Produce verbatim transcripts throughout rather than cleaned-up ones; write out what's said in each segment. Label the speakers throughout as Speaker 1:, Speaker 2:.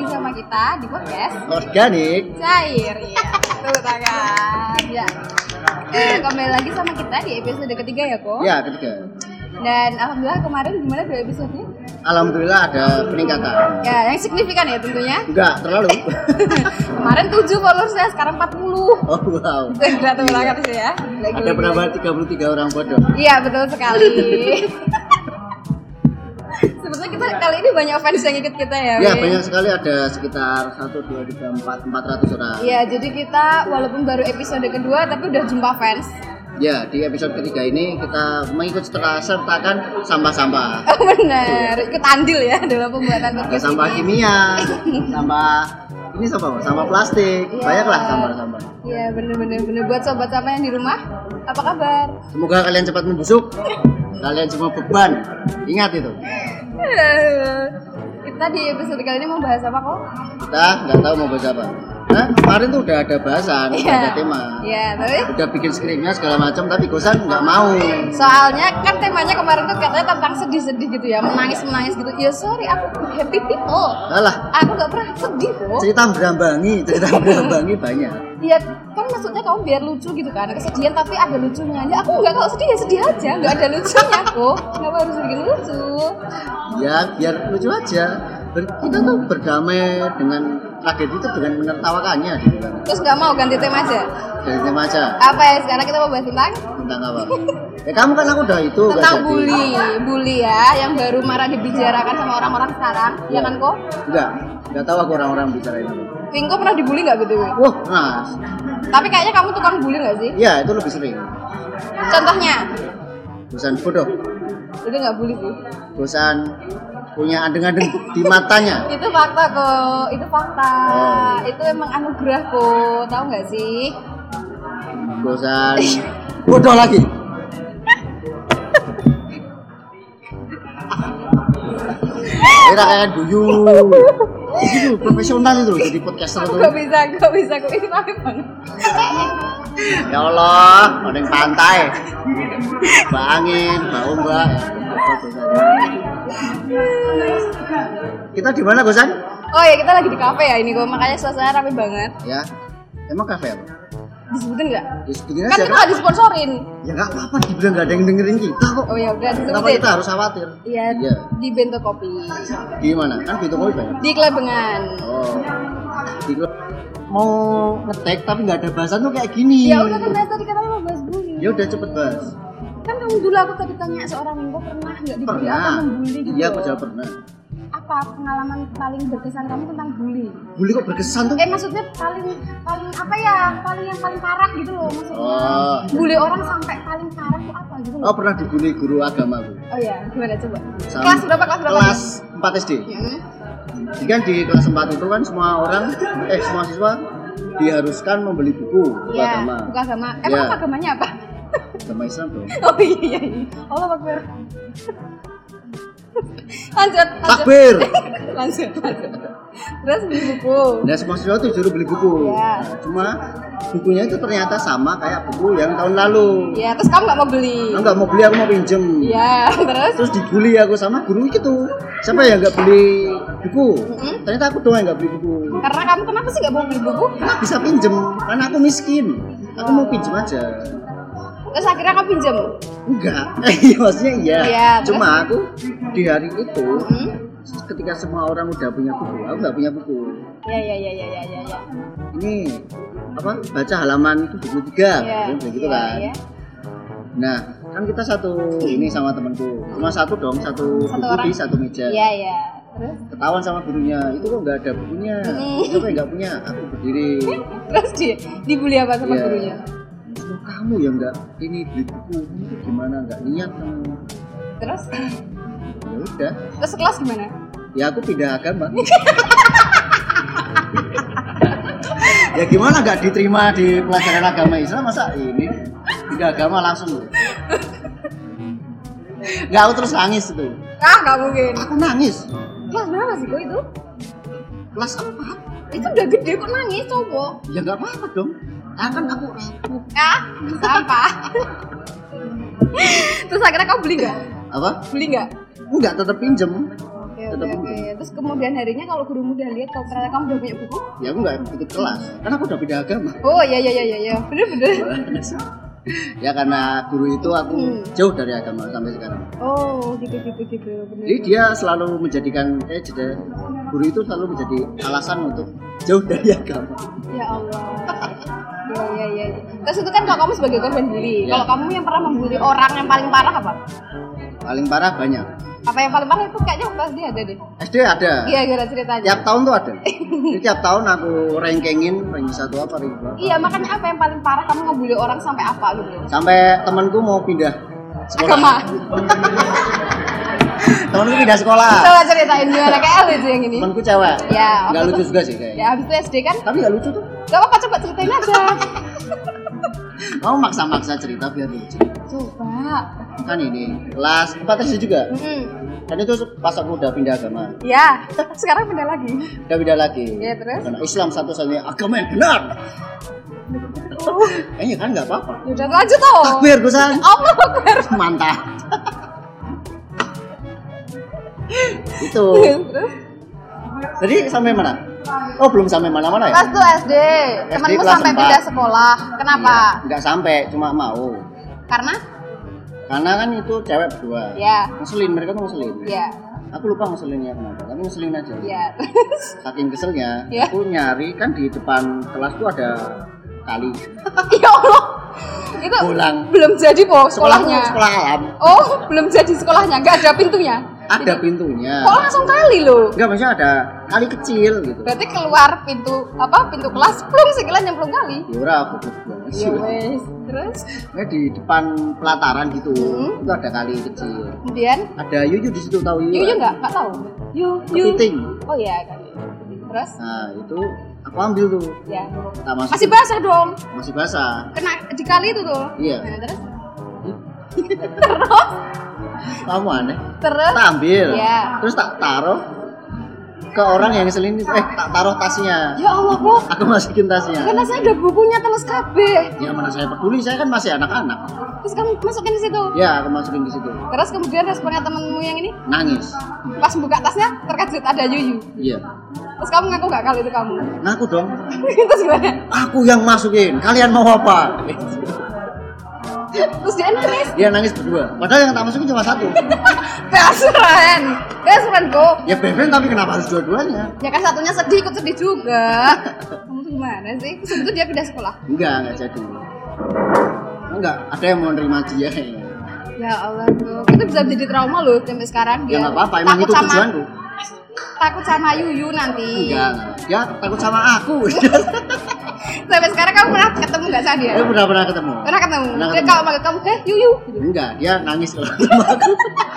Speaker 1: sama kita di podcast
Speaker 2: Organik
Speaker 1: Cair. Iya, tepuk tangan. Ya. Eh, kembali lagi sama kita di episode ketiga ya, Ko?
Speaker 2: Ya, ketiga.
Speaker 1: Dan alhamdulillah kemarin gimana dua episodenya?
Speaker 2: Alhamdulillah ada peningkatan.
Speaker 1: Ya, yang signifikan ya tentunya.
Speaker 2: Enggak, terlalu.
Speaker 1: Kemarin tujuh followersnya, sekarang empat puluh.
Speaker 2: Oh, wow.
Speaker 1: Gratulasi banget sih ya. Lagi
Speaker 2: Ada penambahan tiga puluh tiga orang bodoh.
Speaker 1: Iya, betul sekali. Sebetulnya kita kali ini banyak fans yang ikut kita ya.
Speaker 2: Ya,
Speaker 1: Win?
Speaker 2: banyak sekali, ada sekitar satu, dua, tiga, empat, empat ratus orang.
Speaker 1: Iya, jadi kita walaupun baru episode kedua tapi udah jumpa fans.
Speaker 2: Ya, di episode ketiga ini kita mengikut sertakan sampah-sampah.
Speaker 1: Oh benar, ikut andil ya dalam pembuatan
Speaker 2: Ada
Speaker 1: podcast
Speaker 2: sampah
Speaker 1: ini.
Speaker 2: kimia, sampah ini sampah apa? Sampah plastik.
Speaker 1: Iya.
Speaker 2: Banyaklah sampah-sampah.
Speaker 1: Iya, benar-benar benar buat sobat sampah yang di rumah. Apa kabar?
Speaker 2: Semoga kalian cepat membusuk. Kalian semua beban. Ingat itu.
Speaker 1: Kita di episode kali ini mau bahas apa kok?
Speaker 2: Kita nggak tahu mau bahas apa. Nah, kemarin tuh udah ada bahasan, udah ada tema.
Speaker 1: Iya, tapi
Speaker 2: Udah bikin skripnya segala macam, tapi Gosan nggak mau.
Speaker 1: soalnya kan temanya kemarin tuh katanya tentang sedih-sedih gitu ya, menangis-menangis gitu. Ya sorry, aku happy people.
Speaker 2: Alah,
Speaker 1: Aku gak pernah sedih kok.
Speaker 2: cerita berambangi, cerita berambangi banyak.
Speaker 1: Iya, kan maksudnya kamu biar lucu gitu kan, kesedihan tapi ada lucunya. Ya aku nggak, kalau sedih ya sedih aja, nggak ada lucunya kok. Kenapa harus bikin lucu?
Speaker 2: Ya, biar lucu aja. Ber- kita tuh berdamai dengan tragedi itu dengan menertawakannya gitu kan.
Speaker 1: Terus nggak mau ganti tema aja?
Speaker 2: Dari tema aja.
Speaker 1: Apa ya, sekarang kita mau bahas tentang
Speaker 2: Tentang apa? Ya kamu kan aku udah itu nggak
Speaker 1: tentang
Speaker 2: jadi.
Speaker 1: bully, bully ya, yang baru marah dibicarakan sama orang-orang sekarang, ya kan kok?
Speaker 2: Enggak, enggak tahu aku orang-orang bicarain apa.
Speaker 1: Pinko pernah dibully nggak gitu?
Speaker 2: Wah, nah,
Speaker 1: Tapi kayaknya kamu tukang bully nggak sih?
Speaker 2: ya itu lebih sering.
Speaker 1: Contohnya?
Speaker 2: Bosan bodoh,
Speaker 1: Itu nggak bully sih.
Speaker 2: bosan punya adeng-adeng di matanya.
Speaker 1: Itu fakta kok, itu fakta.
Speaker 2: Oh.
Speaker 1: Itu emang anugerah kok, tahu nggak sih?
Speaker 2: Bosan bodoh lagi. Kira kayak duyung. Itu profesional itu loh, jadi podcaster itu.
Speaker 1: Gak bisa, gak bisa, kok ini rame banget.
Speaker 2: Ya Allah, ada yang pantai. Mbak angin, mbak ombak. Kita di mana, Gosan?
Speaker 1: Oh ya, kita lagi di kafe ya ini kok, makanya suasana rame banget.
Speaker 2: Ya. Emang kafe apa?
Speaker 1: Disebutin nggak?
Speaker 2: Ya sebutin
Speaker 1: Kan
Speaker 2: aja.
Speaker 1: kita nggak disponsorin.
Speaker 2: Ya enggak apa-apa, dibilang enggak ada yang dengerin kita kok.
Speaker 1: Oh ya udah
Speaker 2: Kenapa
Speaker 1: disebutin.
Speaker 2: kita harus khawatir?
Speaker 1: Iya,
Speaker 2: Iya.
Speaker 1: di Bento Kopi.
Speaker 2: Di mana? Kan Bento Kopi banyak.
Speaker 1: Di Klebengan.
Speaker 2: Oh. Di mau ngetek tapi nggak ada bahasan tuh kayak gini.
Speaker 1: Ya udah kan dari tadi katanya mau bahas bully.
Speaker 2: Ya udah cepet bahas.
Speaker 1: Kan kamu dulu aku tadi tanya seorang Minggu pernah nggak dibully
Speaker 2: Pernah.
Speaker 1: atau membully gitu?
Speaker 2: Iya, aku jawab pernah.
Speaker 1: Apa pengalaman paling berkesan kamu tentang bully?
Speaker 2: Bully kok berkesan tuh?
Speaker 1: Eh maksudnya paling paling apa ya? Paling yang paling parah gitu loh maksudnya.
Speaker 2: Oh.
Speaker 1: Bully orang sampai paling parah tuh apa gitu loh?
Speaker 2: Oh, pernah dibully guru agama aku.
Speaker 1: Oh ya, gimana coba?
Speaker 2: Sam-
Speaker 1: Kelas berapa? Kelas berapa?
Speaker 2: Kelas empat S D.
Speaker 1: Hmm.
Speaker 2: Jadi kan di kelas empat itu kan semua orang eh semua siswa diharuskan membeli buku buku
Speaker 1: Iya,
Speaker 2: agama.
Speaker 1: buku agama. Emang
Speaker 2: Iya.
Speaker 1: agamanya apa?
Speaker 2: Agama Islam dong.
Speaker 1: Oh iya iya. Allah Akbar. lanjut, lanjut.
Speaker 2: Takbir.
Speaker 1: lanjut, lanjut. Terus beli buku.
Speaker 2: Nah, semua siswa tuh disuruh beli buku.
Speaker 1: Iya.
Speaker 2: Nah, cuma bukunya itu ternyata sama kayak buku yang tahun lalu.
Speaker 1: Ya, terus kamu nggak mau beli?
Speaker 2: Aku nggak mau beli, aku mau pinjem.
Speaker 1: Iya, terus?
Speaker 2: Terus dibully aku sama guru itu. Siapa yang nggak beli buku?
Speaker 1: Mm-mm.
Speaker 2: Ternyata aku doang yang nggak beli buku.
Speaker 1: Karena kamu kenapa sih nggak mau beli buku?
Speaker 2: Karena bisa pinjem, karena aku miskin. Aku mau pinjem aja.
Speaker 1: Terus akhirnya kamu pinjam?
Speaker 2: Enggak, eh maksudnya iya.
Speaker 1: Iya,
Speaker 2: Cuma aku di hari itu,
Speaker 1: Hmm?
Speaker 2: ketika semua orang udah punya buku, aku nggak punya buku.
Speaker 1: Ya ya ya ya ya ya. ya.
Speaker 2: Ini apa? Baca halaman tujuh puluh tiga,
Speaker 1: Iya.
Speaker 2: kayak gitu
Speaker 1: Iya,
Speaker 2: kan.
Speaker 1: iya.
Speaker 2: Nah, kan kita satu ini sama temanku, cuma satu dong, satu,
Speaker 1: Satu
Speaker 2: buku
Speaker 1: orang.
Speaker 2: di satu meja.
Speaker 1: Iya iya. Terus?
Speaker 2: Ketahuan sama gurunya, itu kok nggak ada bukunya.
Speaker 1: Hmm.
Speaker 2: Siapa yang nggak punya? Aku berdiri.
Speaker 1: Terus dia dibully apa sama
Speaker 2: Iya.
Speaker 1: gurunya?
Speaker 2: Oh, kamu yang nggak ini beli buku, itu gimana? Nggak niat kamu?
Speaker 1: Terus?
Speaker 2: Ya udah,
Speaker 1: Terus kelas gimana?
Speaker 2: ya aku pindah agama. Ya gimana nggak diterima di pelajaran agama Islam, masa ini pindah agama langsung. Nggak, aku terus nangis itu.
Speaker 1: Ah nggak mungkin.
Speaker 2: Aku nangis.
Speaker 1: Kelas berapa sih kok itu?
Speaker 2: Kelas empat.
Speaker 1: Itu udah gede kok nangis coba.
Speaker 2: Ya nggak apa-apa dong. Ah, kan aku aku
Speaker 1: Ah sampah. Terus akhirnya kamu beli nggak?
Speaker 2: apa?
Speaker 1: Beli nggak?
Speaker 2: Enggak, tetap pinjem.
Speaker 1: Oke
Speaker 2: tetap
Speaker 1: oke.
Speaker 2: untung.
Speaker 1: Terus kemudian harinya kalau gurumu udah lihat kalau ternyata kamu udah punya buku?
Speaker 2: Ya aku nggak ikut kelas, karena aku udah pindah agama.
Speaker 1: Oh iya iya iya iya, iya. Bener bener.
Speaker 2: Ya karena guru itu aku
Speaker 1: Hmm.
Speaker 2: jauh dari agama sampai sekarang.
Speaker 1: Oh gitu gitu gitu. Bener.
Speaker 2: Jadi dia selalu menjadikan eh jeda guru itu selalu menjadi alasan untuk jauh dari agama.
Speaker 1: Ya Allah. Iya iya iya. Terus itu kan kalau kamu sebagai korban bully.
Speaker 2: Ya.
Speaker 1: Kalau kamu yang pernah membuli orang yang paling parah apa?
Speaker 2: Paling parah banyak.
Speaker 1: Apa yang paling parah itu kayaknya pas dia ada deh.
Speaker 2: S D ada.
Speaker 1: Iya gara ceritanya.
Speaker 2: Tiap tahun tuh ada. Jadi tiap tahun aku rankingin ranking satu apa ranking berapa.
Speaker 1: Iya makanya apa yang paling parah kamu ngebully orang sampai apa gitu?
Speaker 2: Sampai temanku mau pindah sekolah.
Speaker 1: Agama.
Speaker 2: Temanku pindah sekolah.
Speaker 1: Coba ceritain gimana kayak lucu yang ini.
Speaker 2: Temanku cewek.
Speaker 1: Ya.
Speaker 2: Enggak
Speaker 1: waktu
Speaker 2: lucu
Speaker 1: itu-
Speaker 2: juga sih kayaknya.
Speaker 1: Ya habis itu S D kan?
Speaker 2: Tapi enggak lucu tuh.
Speaker 1: Gak apa-apa coba ceritain aja.
Speaker 2: Kamu maksa-maksa cerita biar lucu.
Speaker 1: Coba.
Speaker 2: Kan ini kelas empat S D juga.
Speaker 1: Mm-mm.
Speaker 2: Dan itu pas aku udah pindah agama.
Speaker 1: Ya. Sekarang pindah lagi.
Speaker 2: Udah pindah lagi.
Speaker 1: Ya terus?
Speaker 2: Karena Islam satu-satunya agama yang benar.
Speaker 1: Oh.
Speaker 2: Eh, ya kan enggak apa-apa.
Speaker 1: Ya udah lanjut toh.
Speaker 2: Takbir Gusan.
Speaker 1: Allah Akbar.
Speaker 2: Mantap. Itu.
Speaker 1: Terus?
Speaker 2: Jadi sampai mana? Oh, belum sampai mana-mana ya?
Speaker 1: Kelas tuh S D. Temanmu
Speaker 2: kelas
Speaker 1: sampai
Speaker 2: empat.
Speaker 1: pindah sekolah. Kenapa?
Speaker 2: Enggak sampai, cuma mau.
Speaker 1: Karena?
Speaker 2: Karena kan itu cewek berdua.
Speaker 1: Ya.
Speaker 2: Muslim, mereka tuh muslim.
Speaker 1: Ya.
Speaker 2: Aku lupa muslimnya kenapa, tapi muslim aja.
Speaker 1: Ya.
Speaker 2: Saking keselnya,
Speaker 1: Ya.
Speaker 2: aku nyari kan di depan kelas tuh ada kali.
Speaker 1: Ya Allah. Itu
Speaker 2: Pulang.
Speaker 1: belum jadi kok
Speaker 2: Sekolahku
Speaker 1: sekolahnya.
Speaker 2: sekolah alam.
Speaker 1: Oh, belum jadi sekolahnya. Enggak ada pintunya.
Speaker 2: Ada pintunya.
Speaker 1: Kok langsung kali loh?
Speaker 2: Enggak, maksudnya ada kali kecil gitu.
Speaker 1: Berarti keluar pintu apa? Pintu kelas plung sekilas nyemplung kali.
Speaker 2: Ya ora aku banget sih.
Speaker 1: Ya wes. Terus
Speaker 2: Nah, di depan pelataran gitu,
Speaker 1: Hmm.
Speaker 2: itu ada kali kecil.
Speaker 1: kemudian
Speaker 2: Ada Yuyu di situ, tahu Yuyu?
Speaker 1: Yuyu enggak? Enggak tahu. Yu Yu.
Speaker 2: Kepiting.
Speaker 1: Oh iya kan. Terus
Speaker 2: Nah, itu aku ambil tuh.
Speaker 1: ya.
Speaker 2: Tak masukin.
Speaker 1: Masih basah dong.
Speaker 2: Masih basah.
Speaker 1: Kena di kali itu tuh.
Speaker 2: Iya.
Speaker 1: Nah, terus
Speaker 2: Kamu aneh.
Speaker 1: terus
Speaker 2: Tak ambil.
Speaker 1: Iya.
Speaker 2: Terus tak taruh ke orang yang ngeselin. Eh, tak taruh tasnya.
Speaker 1: ya Allah kok.
Speaker 2: Aku masukin tasnya.
Speaker 1: Karena saya ada bukunya terus kabeh.
Speaker 2: Ya mana saya peduli, saya kan masih anak-anak.
Speaker 1: Terus kamu masukin di situ.
Speaker 2: Ya, aku masukin di situ.
Speaker 1: Terus kemudian responnya temenmu yang ini
Speaker 2: Nangis.
Speaker 1: pas buka tasnya terkejut ada Yuyu.
Speaker 2: Iya.
Speaker 1: Terus kamu ngaku nggak kalau itu kamu?
Speaker 2: Ngaku dong.
Speaker 1: Terus gimana?
Speaker 2: Aku yang masukin. Kalian mau apa?
Speaker 1: Terus dia nangis.
Speaker 2: Dia nangis berdua. Padahal yang tak masukin cuma satu.
Speaker 1: Best friend, best friend kok.
Speaker 2: Ya beben, tapi kenapa harus dua-duanya?
Speaker 1: Ya kan satunya sedih ikut sedih juga. Kamu tuh gimana sih? Terus itu dia pindah sekolah.
Speaker 2: Enggak, enggak jadi. Enggak, ada yang mau nerima dia.
Speaker 1: Ya Allah tuh, itu bisa jadi trauma loh sampai sekarang dia.
Speaker 2: Ya nggak apa-apa, emang
Speaker 1: takut
Speaker 2: itu
Speaker 1: sama-
Speaker 2: tujuanku.
Speaker 1: Takut sama Yuyu nanti.
Speaker 2: Enggak, dia takut sama aku.
Speaker 1: Sampai sekarang kamu pernah ketemu nggak sama dia?
Speaker 2: Dia pernah pernah ketemu.
Speaker 1: Pernah ketemu.
Speaker 2: Pernah
Speaker 1: Dia
Speaker 2: ketemu.
Speaker 1: kalau manggil kamu, eh Yuyu. Gitu.
Speaker 2: Enggak, dia nangis kalau sama aku.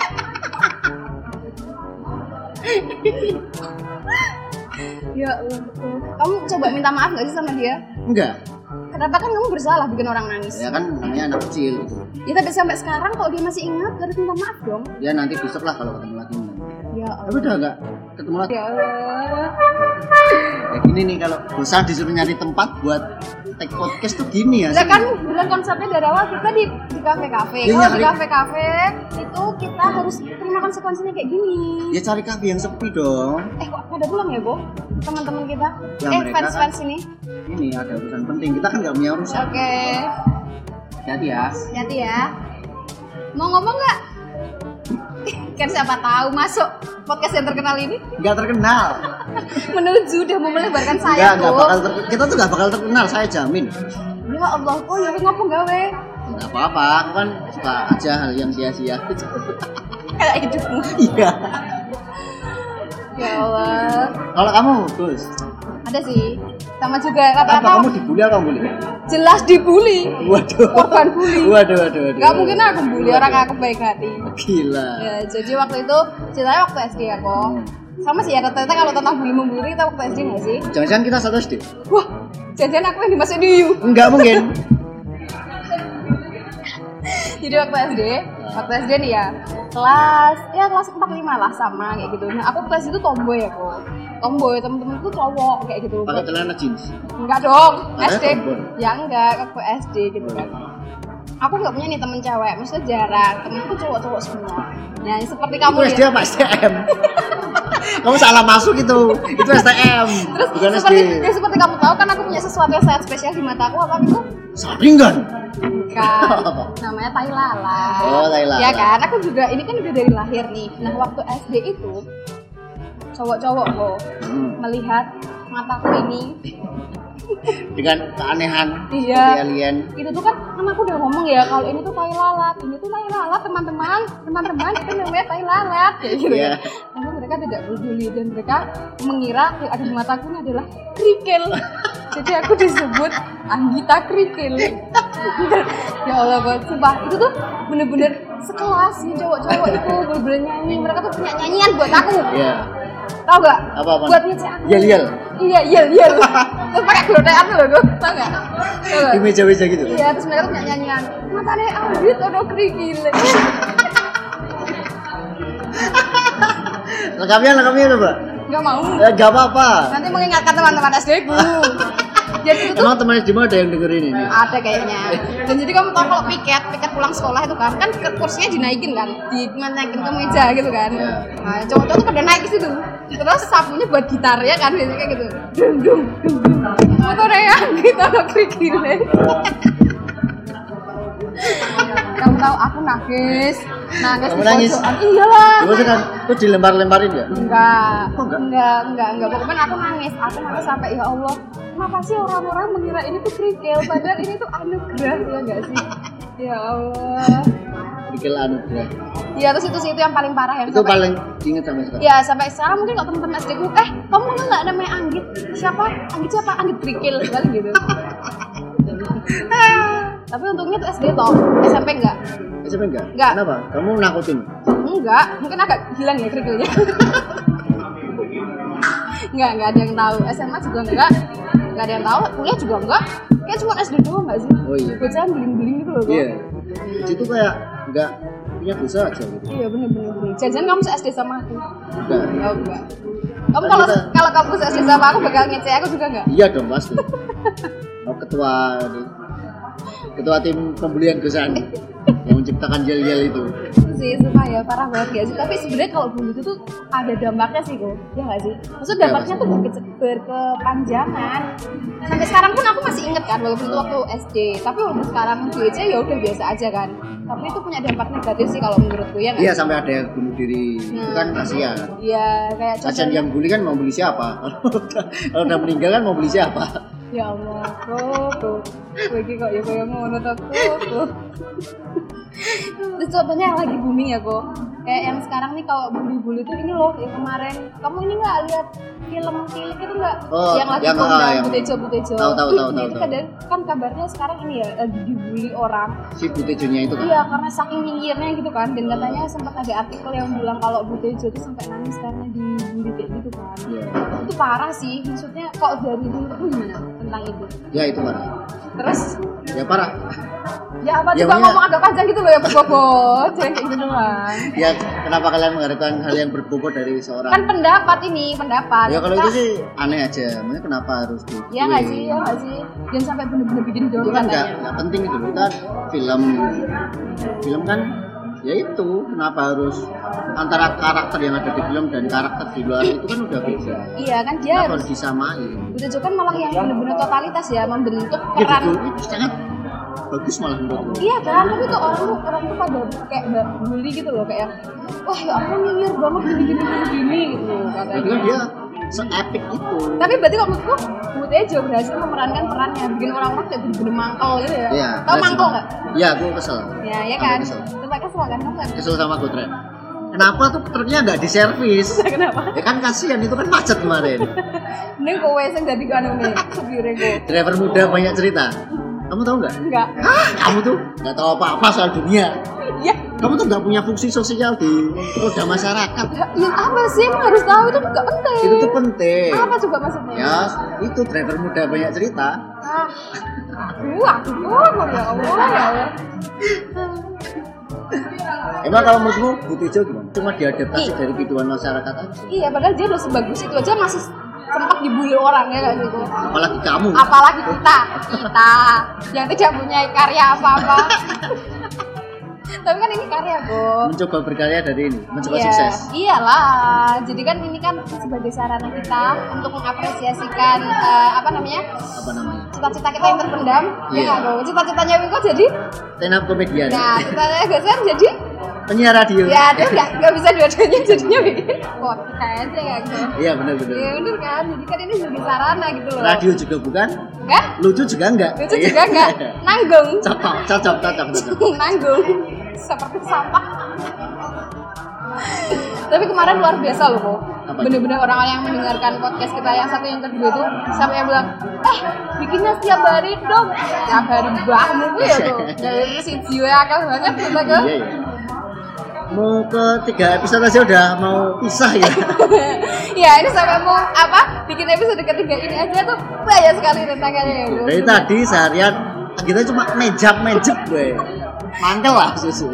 Speaker 1: Ya Allah. Tuh. Kamu coba minta maaf nggak sih sama dia?
Speaker 2: Enggak.
Speaker 1: Kenapa kan kamu bersalah bikin orang nangis?
Speaker 2: Ya kan namanya anak kecil gitu.
Speaker 1: Ya tapi sampai sekarang kalau dia masih ingat harus minta maaf dong.
Speaker 2: Dia nanti besok lah kalau ketemu lagi.
Speaker 1: Ya
Speaker 2: Tapi udah enggak ketemu lagi.
Speaker 1: Ya Allah.
Speaker 2: Ya gini nih, kalau bosan disuruh nyari tempat buat take podcast tuh gini ya.
Speaker 1: Lah kan bilang konsepnya dari awal kita di di kafe-kafe.
Speaker 2: Iya,
Speaker 1: Kalau di
Speaker 2: iya.
Speaker 1: kafe-kafe itu kita harus terima konsekuensinya kayak gini.
Speaker 2: Ya cari kafe yang sepi dong.
Speaker 1: Eh kok pada pulang ya, Bo? Teman-teman kita.
Speaker 2: Ya,
Speaker 1: eh,
Speaker 2: mereka
Speaker 1: fans-fans
Speaker 2: kan-
Speaker 1: ini.
Speaker 2: Ini ada urusan penting. Kita kan nggak punya urusan.
Speaker 1: Oke.
Speaker 2: Jadi ya.
Speaker 1: Hati-hati ya. Mau ngomong nggak? Kan siapa tahu masuk podcast yang terkenal ini
Speaker 2: Nggak terkenal.
Speaker 1: menuju udah mau melebarkan
Speaker 2: Nggak,
Speaker 1: sayap
Speaker 2: nggak
Speaker 1: tuh.
Speaker 2: bakal ter- kita tuh nggak bakal terkenal, saya jamin.
Speaker 1: Ya Allah, kok ya ngomong gawe
Speaker 2: Nggak apa-apa, aku kan suka aja hal yang sia-sia.
Speaker 1: kayak hidupmu.
Speaker 2: Iya.
Speaker 1: Ya Allah.
Speaker 2: Kalau kamu, Gus,
Speaker 1: Ada sih. Sama juga
Speaker 2: apa
Speaker 1: rata-rata
Speaker 2: kamu dibully atau bully?
Speaker 1: jelas dibully.
Speaker 2: Waduh.
Speaker 1: Korban bully.
Speaker 2: Waduh, waduh, waduh.
Speaker 1: Gak mungkin aku bully orang aku baik hati.
Speaker 2: Gila.
Speaker 1: Ya, jadi waktu itu ceritanya waktu S D aku. Sama sih ya rata-rata kalau tentang bully membuli kita waktu S D nggak sih?
Speaker 2: Jangan-jangan kita satu S D?
Speaker 1: Wah, jangan aku yang dimasukin di U.
Speaker 2: Enggak mungkin.
Speaker 1: Jadi waktu S D, waktu S D nih ya, kelas ya kelas empat lima lah sama kayak gitu. Nah aku kelas itu tomboy aku, tomboy temen-temen tuh cowok kayak gitu.
Speaker 2: Pakai celana jeans.
Speaker 1: Enggak dong,
Speaker 2: Makanya
Speaker 1: S D.
Speaker 2: tomboy.
Speaker 1: Ya enggak, aku S D gitu kan. aku nggak punya nih temen cewek, maksudnya jarang. Temenku cowok-cowok semua. Nah, seperti kamu
Speaker 2: Itu S D apa S T M? Kamu salah masuk itu. Itu S T M.
Speaker 1: Terus
Speaker 2: bukan
Speaker 1: seperti,
Speaker 2: S D.
Speaker 1: ya, seperti kamu tahu kan aku punya sesuatu yang sangat spesial di mataku, apa itu?
Speaker 2: Saringan.
Speaker 1: Bukan. Namanya tai lalat.
Speaker 2: Oh, tai lalat.
Speaker 1: Ya kan, aku juga ini kan udah dari lahir nih. Nah, waktu S D itu cowok-cowok kok
Speaker 2: Hmm.
Speaker 1: melihat mataku ini
Speaker 2: Dengan keanehan
Speaker 1: Iya.
Speaker 2: seperti alien.
Speaker 1: itu tuh kan kan aku udah ngomong ya kalau ini tuh tai lalat, ini tuh tai lalat teman-teman, teman-teman itu namanya tai lalat kayak gitu
Speaker 2: Iya.
Speaker 1: ya. Tapi mereka tidak peduli dan mereka mengira yang ada di mataku ini adalah kerikil. Jadi aku disebut Anggita Kerikil. Ya Allah, God, sumpah itu tuh bener-bener sekelas nih cowok-cowok itu bener-bener nyanyi. Mereka tuh punya nyanyian buat aku.
Speaker 2: Iya.
Speaker 1: Tahu gak?
Speaker 2: Apa-apa?
Speaker 1: Buat ngecek aku.
Speaker 2: Yel yel.
Speaker 1: Iya, yel yel. Terus pakai glotean tuh loh, gue. Tahu gak? Tahu gak?
Speaker 2: Di meja-meja gitu.
Speaker 1: Iya, terus mereka tuh punya nyanyian. Matanya Anggit ono kerikil.
Speaker 2: Lengkapnya lengkapnya coba.
Speaker 1: Gak mau.
Speaker 2: Ya gak apa-apa.
Speaker 1: Nanti mengingatkan teman-teman S D ku. Jadi itu tuh
Speaker 2: Emang teman S D ada yang dengerin ini?
Speaker 1: ada kayaknya. Dan jadi kamu tahu kalau piket, piket pulang sekolah itu kan, kan kursinya dinaikin kan, dinaikin ke meja gitu kan.
Speaker 2: Iya.
Speaker 1: Nah, cowok-cowok tuh pada naik ke situ. Terus sapunya buat gitar ya kan, biasanya kayak gitu. Dung dung dung dung. Motornya gitar kerikilnya. Kamu tahu aku nangis, nangis
Speaker 2: Kamu
Speaker 1: di
Speaker 2: nangis?
Speaker 1: pojokan. Iyalah.
Speaker 2: Terus kan tuh dilempar-lemparin ya?
Speaker 1: Enggak,
Speaker 2: Kok enggak?
Speaker 1: enggak, enggak, enggak. Pokoknya aku nangis, aku nangis sampai ya Allah. Kenapa sih orang-orang mengira ini tuh kerikil, padahal ini tuh anugerah ya enggak sih? Ya Allah.
Speaker 2: Kerikil anugerah.
Speaker 1: Ya terus itu sih itu yang paling parah ya.
Speaker 2: Itu paling diinget sampai sekarang.
Speaker 1: Ya sampai sekarang mungkin kalau teman-teman S D ku, eh kamu kenal nggak namanya Anggit? Siapa? Anggit siapa? Anggit kerikil, balik gitu. Tapi untungnya tuh S D toh, S M P enggak?
Speaker 2: S M P enggak?
Speaker 1: Enggak.
Speaker 2: Kenapa? Kamu nakutin?
Speaker 1: Enggak, mungkin agak hilang ya kerikilnya. Enggak, enggak ada yang tahu. S M A juga enggak. Enggak ada yang tahu. Kuliah juga enggak. Kayak cuma S D doang enggak sih?
Speaker 2: Oh iya.
Speaker 1: Bocah beling-beling gitu loh. Kok.
Speaker 2: Iya. Itu kayak enggak punya dosa aja gitu.
Speaker 1: Iya, bener-bener. Jangan kamu se-S D sama aku.
Speaker 2: Enggak.
Speaker 1: Oh, enggak. Kamu kalau
Speaker 2: Kita-
Speaker 1: kalau kamu se-S D sama aku bakal ngece aku juga enggak?
Speaker 2: Iya dong pasti. Oh, ketua ketua tim pembelian Gosan yang menciptakan yel-yel itu.
Speaker 1: Itu sih sumpah ya parah banget gak sih, tapi sebenarnya kalau bunuh itu tuh ada dampaknya sih kok, ya nggak sih? Maksudnya dampaknya tuh berke- berkepanjangan. Sampai sekarang pun aku masih inget kan, walaupun itu waktu S D, tapi walaupun sekarang di aja ya udah biasa aja kan. Tapi itu punya dampak negatif sih kalau menurutku ya nggak
Speaker 2: Iya
Speaker 1: sih?
Speaker 2: sampai ada yang bunuh diri. Itu kan kasihan.
Speaker 1: Iya kayak
Speaker 2: Kasihan yang bully kan mau beli siapa? Kalau udah meninggal kan mau beli siapa?
Speaker 1: ya Allah, kok kok kowe iki kok ya koyo ngono to kok kok. Terus contohnya yang lagi booming ya kok. Kayak yang sekarang nih kalau bully-bully itu ini loh yang kemarin. Kamu ini nggak lihat film Tilik itu nggak?
Speaker 2: Oh,
Speaker 1: yang lagi
Speaker 2: yang-
Speaker 1: kondang
Speaker 2: ah, yang-
Speaker 1: Butejo Butejo.
Speaker 2: Tahu, tahu,
Speaker 1: Ih,
Speaker 2: tahu,
Speaker 1: itu
Speaker 2: tahu,
Speaker 1: kan, kan kabarnya sekarang ini ya lagi dibully orang.
Speaker 2: Si Butejonya itu kan?
Speaker 1: Iya karena saking nyinyirnya gitu kan. Dan katanya sempat ada artikel yang bilang kalau Butejo itu sampai nangis karena dibully kayak gitu kan.
Speaker 2: Iya.
Speaker 1: Itu parah sih. Maksudnya kalau dari menurutmu gimana tentang itu?
Speaker 2: Ya itu parah.
Speaker 1: Terus
Speaker 2: Ya parah.
Speaker 1: ya apa
Speaker 2: Ya,
Speaker 1: coba
Speaker 2: makanya-
Speaker 1: ngomong agak panjang gitu loh ya berbobot jangan kayak gitu doang.
Speaker 2: Ya kenapa kalian mengharapkan hal yang berbobot dari seorang?
Speaker 1: Kan pendapat ini pendapat.
Speaker 2: Ya kalau
Speaker 1: Kita-
Speaker 2: itu sih aneh aja. Maksudnya kenapa harus di?
Speaker 1: ya nggak sih ya nggak sih jangan sampai bener-bener bikin down
Speaker 2: Itu kan nggak
Speaker 1: katanya.
Speaker 2: nggak penting itu. Itu kan film. Film kan ya itu kenapa harus antara karakter yang ada di film dan karakter di luar itu kan udah beda.
Speaker 1: Iya kan dia
Speaker 2: Kenapa
Speaker 1: harus
Speaker 2: harus disamain?
Speaker 1: Butejo kan malah yang bener-bener totalitas ya membentuk
Speaker 2: Ya
Speaker 1: peran.
Speaker 2: betul, itu sangat bagus malah menurutku.
Speaker 1: Iya kan tapi tuh orang tuh orang tuh pada kayak mbak bully gitu loh kayak wah ya ampun nyinyir banget gini gini gini gini gitu katanya.
Speaker 2: Itu kan dia se-epic itu.
Speaker 1: Tapi berarti kalau menurutku Butejo berhasil memerankan perannya bikin orang-orang kayak bener-bener mangkel gitu ya.
Speaker 2: Iya.
Speaker 1: Tahu
Speaker 2: berhasil.
Speaker 1: mangkel nggak?
Speaker 2: Iya, aku kesel.
Speaker 1: Ya ya
Speaker 2: Aku
Speaker 1: kan.
Speaker 2: kesel.
Speaker 1: Coba kesel kan kamu nggak?
Speaker 2: Kesel sama Gotren. Kenapa tuh truknya nggak diservis?
Speaker 1: Kenapa?
Speaker 2: Ya kan kasihan itu kan macet kemarin.
Speaker 1: Neng kowe sing dadi anu nih supire kowe.
Speaker 2: Driver muda banyak cerita. Kamu tahu nggak?
Speaker 1: Enggak.
Speaker 2: Hah, kamu tuh nggak tahu apa-apa soal dunia.
Speaker 1: Ya,
Speaker 2: Kamu tuh nggak punya fungsi sosial di roda masyarakat.
Speaker 1: yang apa sih emang harus tahu itu enggak penting.
Speaker 2: Itu tuh penting.
Speaker 1: Apa juga maksudnya?
Speaker 2: Ya, itu driver muda banyak cerita.
Speaker 1: Ah. Aduh, aduh, ya Allah, ya Allah.
Speaker 2: Emang kalau menurutmu Butejo gimana? Cuma diadaptasi
Speaker 1: Ih.
Speaker 2: dari kehidupan masyarakat aja.
Speaker 1: Iya, padahal dia udah sebagus itu aja masih sempat dibully orang ya nggak sih kok?
Speaker 2: Apalagi kamu.
Speaker 1: Apalagi kita, kita yang tidak punya karya apa-apa. Tapi kan ini karya kok.
Speaker 2: Mencoba berkarya dari ini, mencoba
Speaker 1: Iya,
Speaker 2: sukses.
Speaker 1: Iyalah. Jadi kan ini kan sebagai sarana kita untuk mengapresiasikan eh, apa namanya?
Speaker 2: Apa namanya?
Speaker 1: Cita-cita kita yang terpendam.
Speaker 2: Iya.
Speaker 1: Ya nggak dong. Cita-citanya Wiko jadi,
Speaker 2: Stand up comedian.
Speaker 1: nah cita-citanya Geser jadi,
Speaker 2: Penyiar radio.
Speaker 1: ya dia nggak nggak bisa dua-duanya jadinya bikin podcast aja nggak gitu.
Speaker 2: Iya benar benar.
Speaker 1: Iya bener kan. Jadi kan ini sebagai sarana gitu loh.
Speaker 2: Radio juga bukan,
Speaker 1: Kan?
Speaker 2: lucu juga enggak.
Speaker 1: Lucu juga nggak? Nanggung.
Speaker 2: Cocok, cocok, cocok, cocok.
Speaker 1: Nanggung seperti sampah. Tapi kemarin luar biasa loh kok.
Speaker 2: Apa?
Speaker 1: Bener-bener orang-orang yang mendengarkan podcast kita yang satu yang kedua tuh sampai yang bilang, eh bikinnya setiap hari dong. Setiap hari bahmu gue ya tuh. Dari si jiwa akal banget kita ke.
Speaker 2: Iya ya. Mau ke tiga episode aja udah mau pisah ya.
Speaker 1: Ya ini sampai mau apa? Bikin episode ketiga ini aja tuh banyak sekali tantangannya ya.
Speaker 2: Dari tadi seharian kita cuma mejap-mejep gue. Mantel lah susu.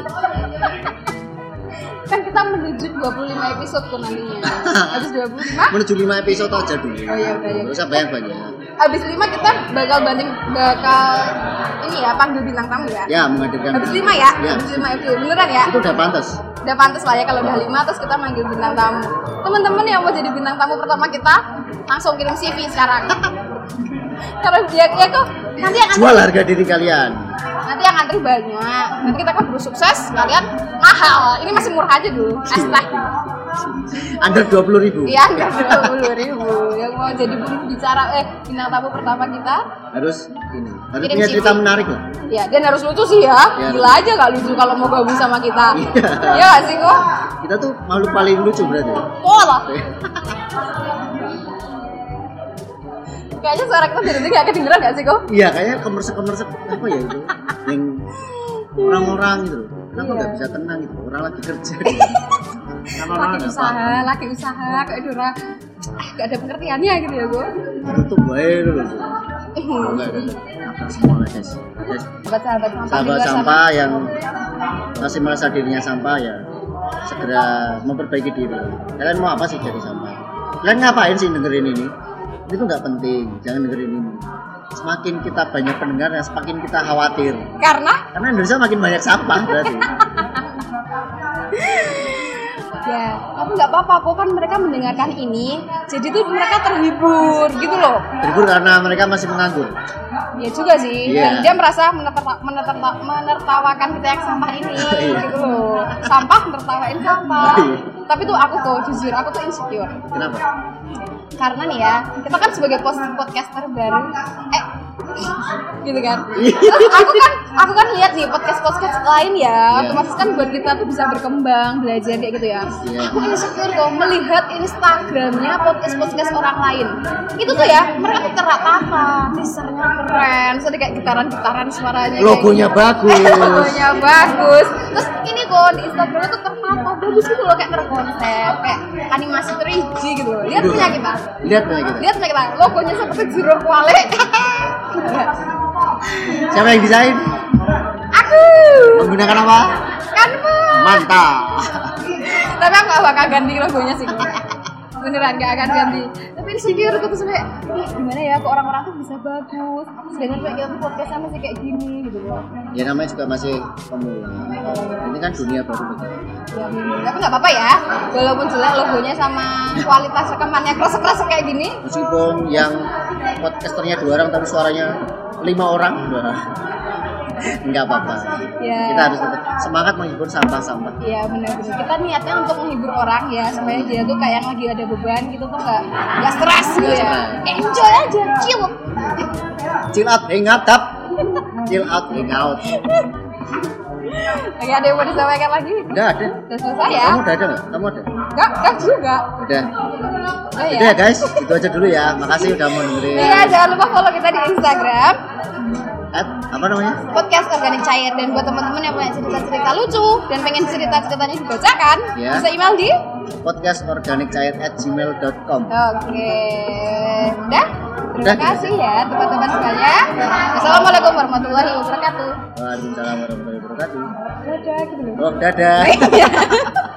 Speaker 1: Kan kita menuju dua puluh lima episode tuh nantinya. Habis dua puluh lima
Speaker 2: Menuju lima episode aja dulu.
Speaker 1: Oh iya udah ya.
Speaker 2: Gak usah banyak-banyak.
Speaker 1: Habis lima kita bakal banding bakal ini ya panggil bintang tamu ya.
Speaker 2: Ya, menghadirkan.
Speaker 1: Habis lima ya?
Speaker 2: Ya.
Speaker 1: Habis lima episode beneran ya?
Speaker 2: Itu udah pantas.
Speaker 1: Udah pantas lah ya kalau udah lima terus kita manggil bintang tamu. Teman-teman yang mau jadi bintang tamu pertama kita langsung kirim C V sekarang. Karena dia ya kok nanti yang
Speaker 2: Jual harga diri kalian.
Speaker 1: nanti yang antri banyak. Nanti kita keburu sukses, kalian mahal. Ini masih murah aja dulu. Astag.
Speaker 2: Under dua puluh ribu.
Speaker 1: Iya, enggak dua puluh ribu. Yang mau jadi bicara eh bintang tamu pertama kita
Speaker 2: Harus ini. Harus
Speaker 1: Kirim
Speaker 2: punya
Speaker 1: C V.
Speaker 2: cerita menarik lah.
Speaker 1: ya, dan harus lucu sih ya.
Speaker 2: Ya.
Speaker 1: Gila aja gak lucu kalau mau gabung sama kita.
Speaker 2: Iya.
Speaker 1: Iya gak sih kok?
Speaker 2: Kita tuh makhluk paling lucu berarti.
Speaker 1: Pola. Kayaknya suara kita dari tadi gak kedengeran gak sih kok?
Speaker 2: Iya, kayaknya kemersek-kemersek apa ya itu? Yang orang-orang gitu loh. Kenapa
Speaker 1: Iya.
Speaker 2: nggak bisa tenang gitu? Orang lagi kerja. Kenapa orang
Speaker 1: Lagi
Speaker 2: nggak
Speaker 1: usaha,
Speaker 2: paham?
Speaker 1: lagi usaha kayak Dora. Ah, gak ada pengertiannya gitu ya gue.
Speaker 2: Tutup bae dulu. Oh, enggak ada. Apa semua guys. Guys,
Speaker 1: Sahabat-sahabat sampah di
Speaker 2: sahabat
Speaker 1: luar sana.
Speaker 2: sampah yang masih merasa dirinya sampah ya segera memperbaiki diri. Kalian mau apa sih jadi sampah? Kalian ngapain sih dengerin ini? Itu nggak penting, jangan dengerin ini. Semakin kita banyak pendengar, ya semakin kita khawatir.
Speaker 1: Karena
Speaker 2: Karena Indonesia makin banyak sampah berarti.
Speaker 1: ya, tapi nggak apa-apa kok kan mereka mendengarkan ini, jadi tuh mereka terhibur gitu loh.
Speaker 2: Terhibur karena mereka masih menganggur.
Speaker 1: Ya juga sih,
Speaker 2: Iya.
Speaker 1: dan dia merasa menerta- menerta- menertawakan kita yang sampah ini
Speaker 2: Iya.
Speaker 1: gitu loh. Sampah menertawain sampah.
Speaker 2: Iya.
Speaker 1: Tapi tuh aku tuh jujur, aku tuh insecure.
Speaker 2: Kenapa?
Speaker 1: Karena nih ya, kita kan sebagai post podcaster baru, eh, gitu kan.
Speaker 2: Iya.
Speaker 1: Terus aku kan, aku kan lihat nih podcast podcast lain ya,
Speaker 2: Iya.
Speaker 1: otomatis kan buat kita tuh bisa berkembang, belajar kayak gitu ya.
Speaker 2: Iya.
Speaker 1: Aku insecure kok melihat Instagramnya podcast podcast orang lain. Itu tuh ya, mereka tuh tertata, desainnya keren, terus ada kayak gitaran-gitaran suaranya. kayak
Speaker 2: Logonya
Speaker 1: gitu.
Speaker 2: bagus.
Speaker 1: Logonya bagus. Terus ini kok di Instagramnya tuh tertata bagus gitu loh, kayak terkonsep, kayak animasi tiga D gitu loh. Lihat punya kita.
Speaker 2: Lihat punya kita.
Speaker 1: Lihat punya kita, logonya seperti jeruk wale.
Speaker 2: Siapa yang desain?
Speaker 1: Aku
Speaker 2: Menggunakan apa?
Speaker 1: Canva.
Speaker 2: Mantap.
Speaker 1: Tapi aku gak bakal ganti logonya sih. Beneran gak akan ganti. Tapi insecure tuh terus kayak, ih gimana ya kok orang-orang tuh bisa bagus. Sedangkan kayak kita tuh podcastnya masih kayak gini gitu loh.
Speaker 2: Ya namanya juga masih pemula. Ini kan dunia baru begini.
Speaker 1: Ya, tapi nggak apa-apa ya, walaupun jelek logonya sama kualitas rekamannya kresek-kresek kayak gini.
Speaker 2: Meskipun yang podcasternya dua orang tapi suaranya lima orang, enggak apa-apa.
Speaker 1: Ya.
Speaker 2: Kita harus tetap semangat menghibur sampah-sampah.
Speaker 1: Iya benar-benar. Kita niatnya untuk menghibur orang ya, supaya dia tuh kayak lagi ada beban gitu tuh nggak nggak stres gitu ya. Enjoy aja, chill.
Speaker 2: Chill out, hang out, tap. Chill out, hang out.
Speaker 1: Lagi ada yang mau disampaikan lagi?
Speaker 2: Udah ada.
Speaker 1: Udah selesai ya?
Speaker 2: Kamu udah ada nggak? Kamu ada?
Speaker 1: Enggak, enggak juga.
Speaker 2: Udah.
Speaker 1: Udah
Speaker 2: Udah ya guys, itu aja dulu ya. Makasih udah mau dengerin.
Speaker 1: Iya, jangan lupa follow kita di Instagram
Speaker 2: At, apa namanya?
Speaker 1: podcast organik cair, dan buat teman-teman yang punya cerita-cerita lucu dan pengen cerita-ceritanya dibacakan,
Speaker 2: Ya.
Speaker 1: bisa email di
Speaker 2: podcast organik cair at gmail dot com.
Speaker 1: Oke, udah. Terima
Speaker 2: Udah.
Speaker 1: kasih ya teman-teman sekalian. Assalamualaikum warahmatullahi wabarakatuh.
Speaker 2: Waalaikumsalam warahmatullahi wabarakatuh.
Speaker 1: Dadah gitu loh.
Speaker 2: Oh, dadah.